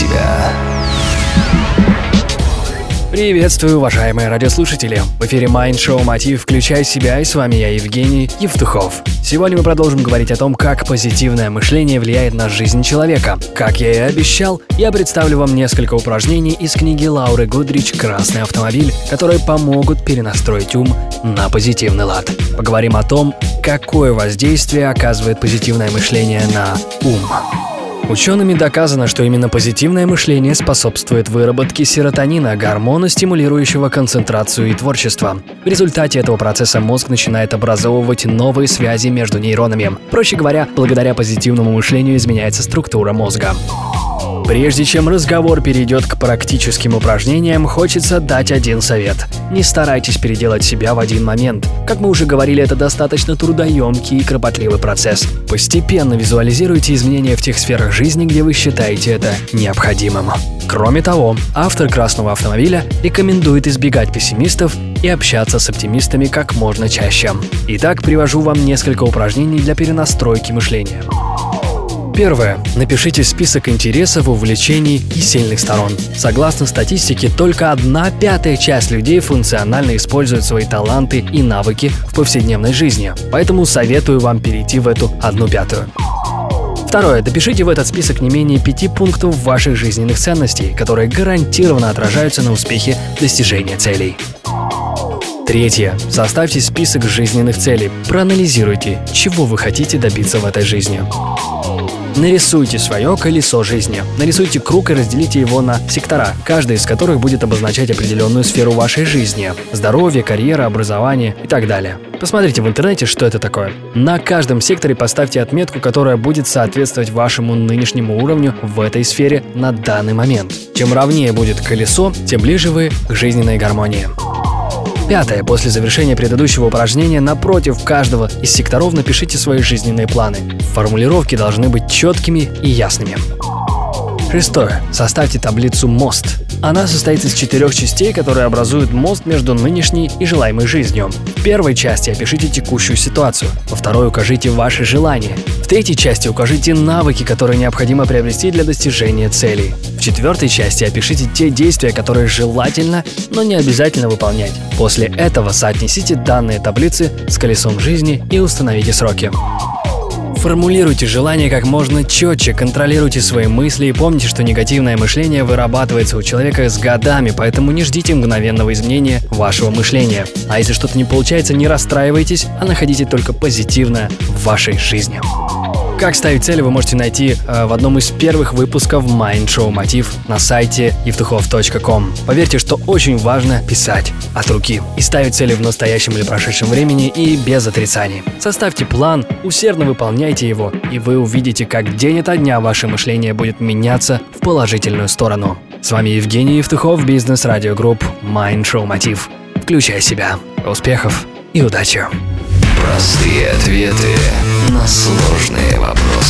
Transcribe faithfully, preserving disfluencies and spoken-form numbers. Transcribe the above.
себя». Приветствую, уважаемые радиослушатели! В эфире Mind Show Мотив «Включай себя», и с вами я, Евгений Евтухов. Сегодня мы продолжим говорить о том, как позитивное мышление влияет на жизнь человека. Как я и обещал, я представлю вам несколько упражнений из книги Лауры Гудрич «Красный автомобиль», которые помогут перенастроить ум на позитивный лад. Поговорим о том, какое воздействие оказывает позитивное мышление на ум. Учеными доказано, что именно позитивное мышление способствует выработке серотонина, гормона, стимулирующего концентрацию и творчество. В результате этого процесса мозг начинает образовывать новые связи между нейронами. Проще говоря, благодаря позитивному мышлению изменяется структура мозга. Прежде чем разговор перейдет к практическим упражнениям, хочется дать один совет. Не старайтесь переделать себя в один момент. Как мы уже говорили, это достаточно трудоемкий и кропотливый процесс. Постепенно визуализируйте изменения в тех сферах жизни, где вы считаете это необходимым. Кроме того, автор «Красного автомобиля» рекомендует избегать пессимистов и общаться с оптимистами как можно чаще. Итак, привожу вам несколько упражнений для перенастройки мышления. Первое. Напишите список интересов, увлечений и сильных сторон. Согласно статистике, только одна пятая часть людей функционально используют свои таланты и навыки в повседневной жизни, поэтому советую вам перейти в эту одну пятую. Второе. Допишите в этот список не менее пяти пунктов ваших жизненных ценностей, которые гарантированно отражаются на успехе достижения целей. Третье. Составьте список жизненных целей. Проанализируйте, чего вы хотите добиться в этой жизни. Нарисуйте свое колесо жизни. Нарисуйте круг и разделите его на сектора, каждый из которых будет обозначать определенную сферу вашей жизни – здоровье, карьера, образование и так далее. Посмотрите в интернете, что это такое. На каждом секторе поставьте отметку, которая будет соответствовать вашему нынешнему уровню в этой сфере на данный момент. Чем ровнее будет колесо, тем ближе вы к жизненной гармонии. Пятое. После завершения предыдущего упражнения напротив каждого из секторов напишите свои жизненные планы. Формулировки должны быть четкими и ясными. Шестое. Составьте таблицу «Мост». Она состоит из четырех частей, которые образуют мост между нынешней и желаемой жизнью. В первой части опишите текущую ситуацию, во второй укажите ваши желания, в третьей части укажите навыки, которые необходимо приобрести для достижения целей. В четвертой части опишите те действия, которые желательно, но не обязательно выполнять. После этого соотнесите данные таблицы с колесом жизни и установите сроки. Формулируйте желания как можно четче, контролируйте свои мысли и помните, что негативное мышление вырабатывается у человека с годами, поэтому не ждите мгновенного изменения вашего мышления. А если что-то не получается, не расстраивайтесь, а находите только позитивное в вашей жизни. Как ставить цели, вы можете найти э, в одном из первых выпусков Mind Show Мотив на сайте евтухов точка ком. Поверьте, что очень важно писать от руки и ставить цели в настоящем или прошедшем времени и без отрицаний. Составьте план, усердно выполняйте его, и вы увидите, как день ото дня ваше мышление будет меняться в положительную сторону. С вами Евгений Евтухов, бизнес-радиогрупп Mind Show Мотив. Включай себя. Успехов и удачи! Простые ответы на сложные вопросы.